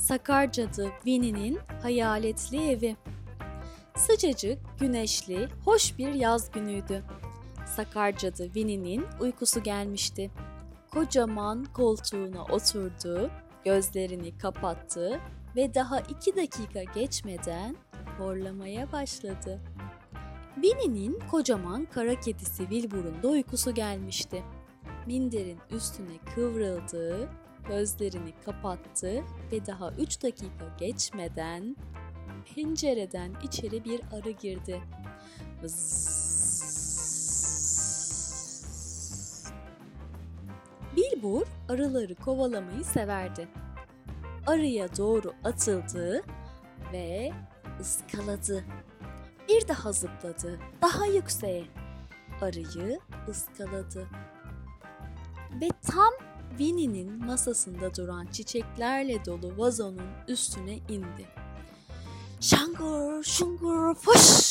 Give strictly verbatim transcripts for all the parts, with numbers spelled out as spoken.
Sakar Cadı Winnie'nin hayaletli evi. Sıcacık, güneşli, hoş bir yaz günüydü. Sakar Cadı Winnie'nin uykusu gelmişti. Kocaman koltuğuna oturdu, gözlerini kapattı ve daha iki dakika geçmeden horlamaya başladı. Winnie'nin kocaman kara kedisi Wilbur'un da uykusu gelmişti. Minderin üstüne kıvrıldı, gözlerini kapattı ve daha üç dakika geçmeden pencereden içeri bir arı girdi. Wilbur arıları kovalamayı severdi. Arıya doğru atıldı ve ıskaladı. Bir daha zıpladı, daha yükseğe. Arıyı ıskaladı. Ve tam Winnie'nin masasında duran çiçeklerle dolu vazonun üstüne indi. Şangur şungur foş!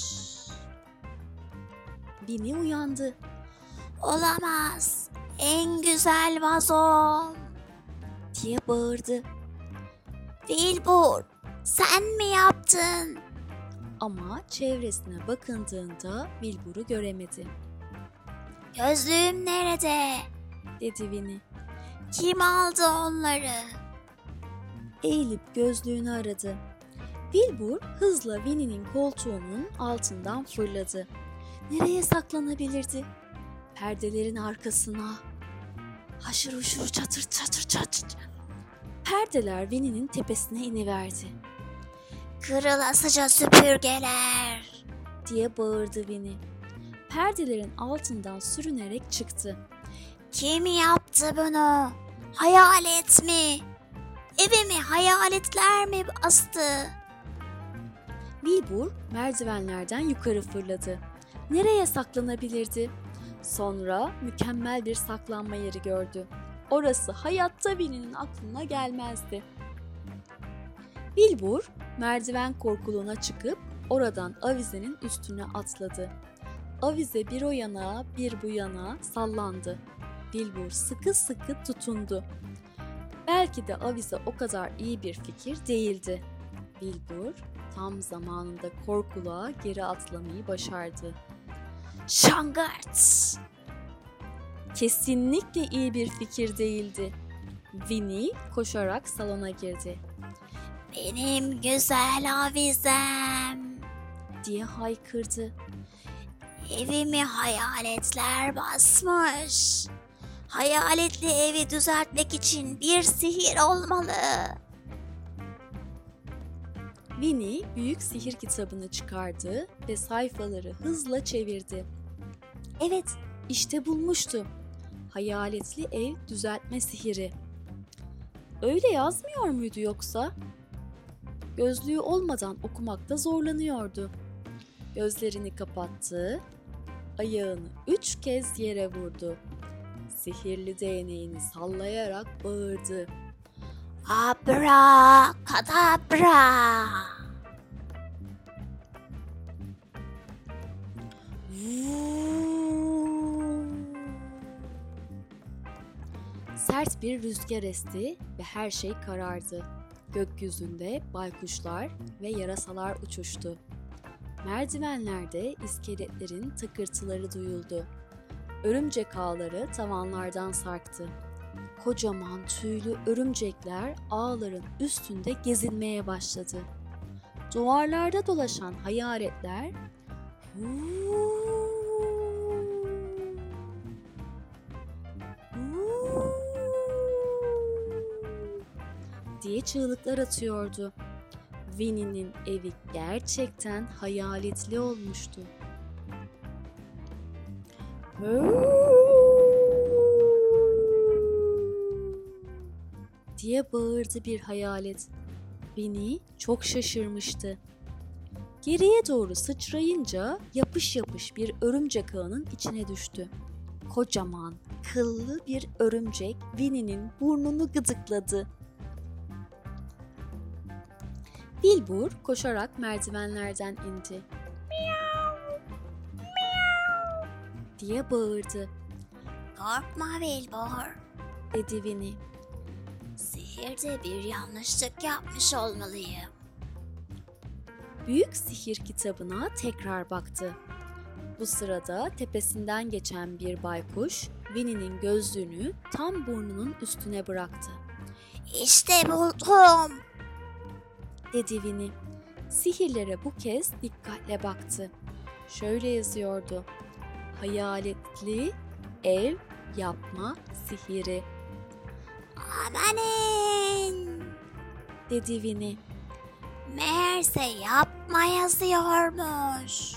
Winnie uyandı. Olamaz, en güzel vazom diye bağırdı. Wilbur, sen mi yaptın? Ama çevresine bakındığında Wilbur'u göremedi. Gözlüğüm nerede? Dedi Winnie. Kim aldı onları? Eğilip gözlüğünü aradı. Wilbur hızla Winnie'nin koltuğunun altından fırladı. Nereye saklanabilirdi? Perdelerin arkasına. Haşır uşur çatır çatır çatır. Perdeler Winnie'nin tepesine iniverdi. Kırılasıca süpürgeler diye bağırdı Winnie. Perdelerin altından sürünerek çıktı. Kim yaptı bunu? Hayalet mi? Evimi hayaletler mi bastı? Wilbur merdivenlerden yukarı fırladı. Nereye saklanabilirdi? Sonra mükemmel bir saklanma yeri gördü. Orası hayatta Winnie'nin aklına gelmezdi. Wilbur merdiven korkuluğuna çıkıp oradan avizenin üstüne atladı. Avize bir o yana bir bu yana sallandı. Wilbur sıkı sıkı tutundu. Belki de avize o kadar iyi bir fikir değildi. Wilbur tam zamanında korkuluğa geri atlamayı başardı. Şangart! Kesinlikle iyi bir fikir değildi. Winnie koşarak salona girdi. Benim güzel avizem diye haykırdı. Evimi hayaletler basmış. Hayaletli evi düzeltmek için bir sihir olmalı. Winnie büyük sihir kitabını çıkardı ve sayfaları hızla çevirdi. Evet, işte bulmuştu. Hayaletli ev düzeltme sihiri. Öyle yazmıyor muydu yoksa? Gözlüğü olmadan okumakta zorlanıyordu. Gözlerini kapattı, ayağını üç kez yere vurdu. Sihirli değneğini sallayarak bağırdı. Abrakadabra! Sert bir rüzgar esti ve her şey karardı. Gökyüzünde baykuşlar ve yarasalar uçuştu. Merdivenlerde iskeletlerin tıkırtıları duyuldu. Örümcek ağları tavanlardan sarktı. Kocaman tüylü örümcekler ağların üstünde gezinmeye başladı. Duvarlarda dolaşan hayaletler diye çığlıklar atıyordu. Winnie'nin evi gerçekten hayaletli olmuştu. diye bağırdı bir hayalet. Winnie çok şaşırmıştı. Geriye doğru sıçrayınca yapış yapış bir örümcek ağının içine düştü. Kocaman, kıllı bir örümcek Winnie'nin burnunu gıdıkladı. Wilbur koşarak merdivenlerden indi. Miau, miau diye bağırdı. Korkma Wilbur, dedi Winnie. Sihir Sihirde bir yanlışlık yapmış olmalıyım. Büyük sihir kitabına tekrar baktı. Bu sırada tepesinden geçen bir baykuş Winnie'nin gözlüğünü tam burnunun üstüne bıraktı. İşte buldum. Dedi Winnie. Sihirlere bu kez dikkatle baktı. Şöyle yazıyordu. Hayaletli ev yapma sihiri. Amanın. Dedi Winnie. Meğerse yapma yazıyormuş.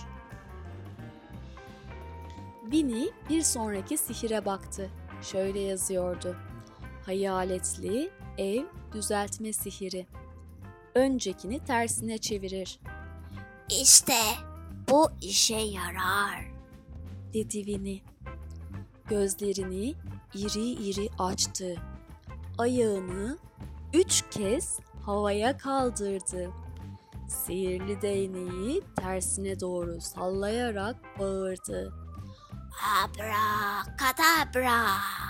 Winnie bir sonraki sihire baktı. Şöyle yazıyordu. Hayaletli ev düzeltme sihiri. Öncekini tersine çevirir. İşte bu işe yarar. Dedi Winnie. Gözlerini iri iri açtı. Ayağını üç kez havaya kaldırdı. Sihirli değneği tersine doğru sallayarak bağırdı. Abrakadabra.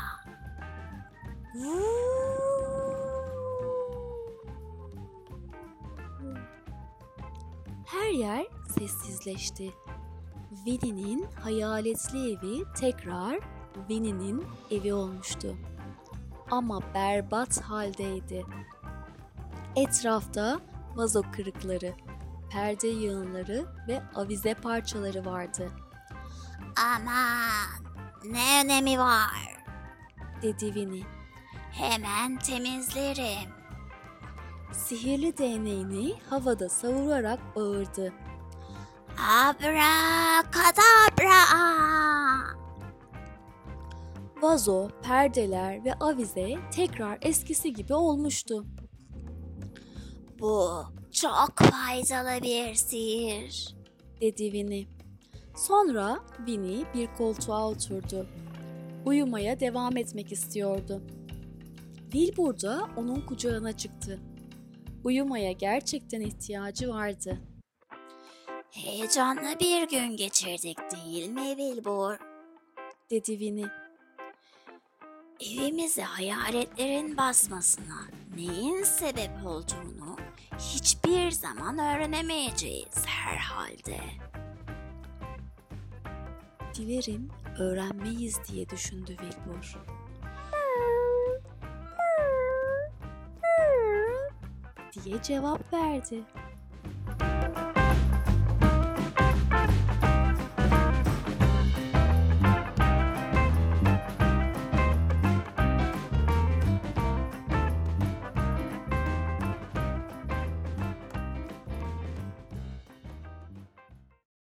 Her yer sessizleşti. Winnie'nin hayaletli evi tekrar Winnie'nin evi olmuştu. Ama berbat haldeydi. Etrafta vazo kırıkları, perde yığınları ve avize parçaları vardı. Aman, ne önemi var? Dedi Winnie. Hemen temizlerim. Sihirli değneğini havada savurarak bağırdı. Abrakadabra. Vazo, perdeler ve avize tekrar eskisi gibi olmuştu. Bu çok faydalı bir sihir. Dedi Winnie. Sonra Winnie bir koltuğa oturdu. Uyumaya devam etmek istiyordu. Wilbur da onun kucağına çıktı. Uyumaya gerçekten ihtiyacı vardı. Heyecanlı bir gün geçirdik değil mi Wilbur? Dedi Winnie. Evimizi hayaletlerin basmasına neyin sebep olduğunu hiçbir zaman öğrenemeyeceğiz herhalde. Dilerim öğrenmeyiz diye düşündü Wilbur. Diye cevap verdi.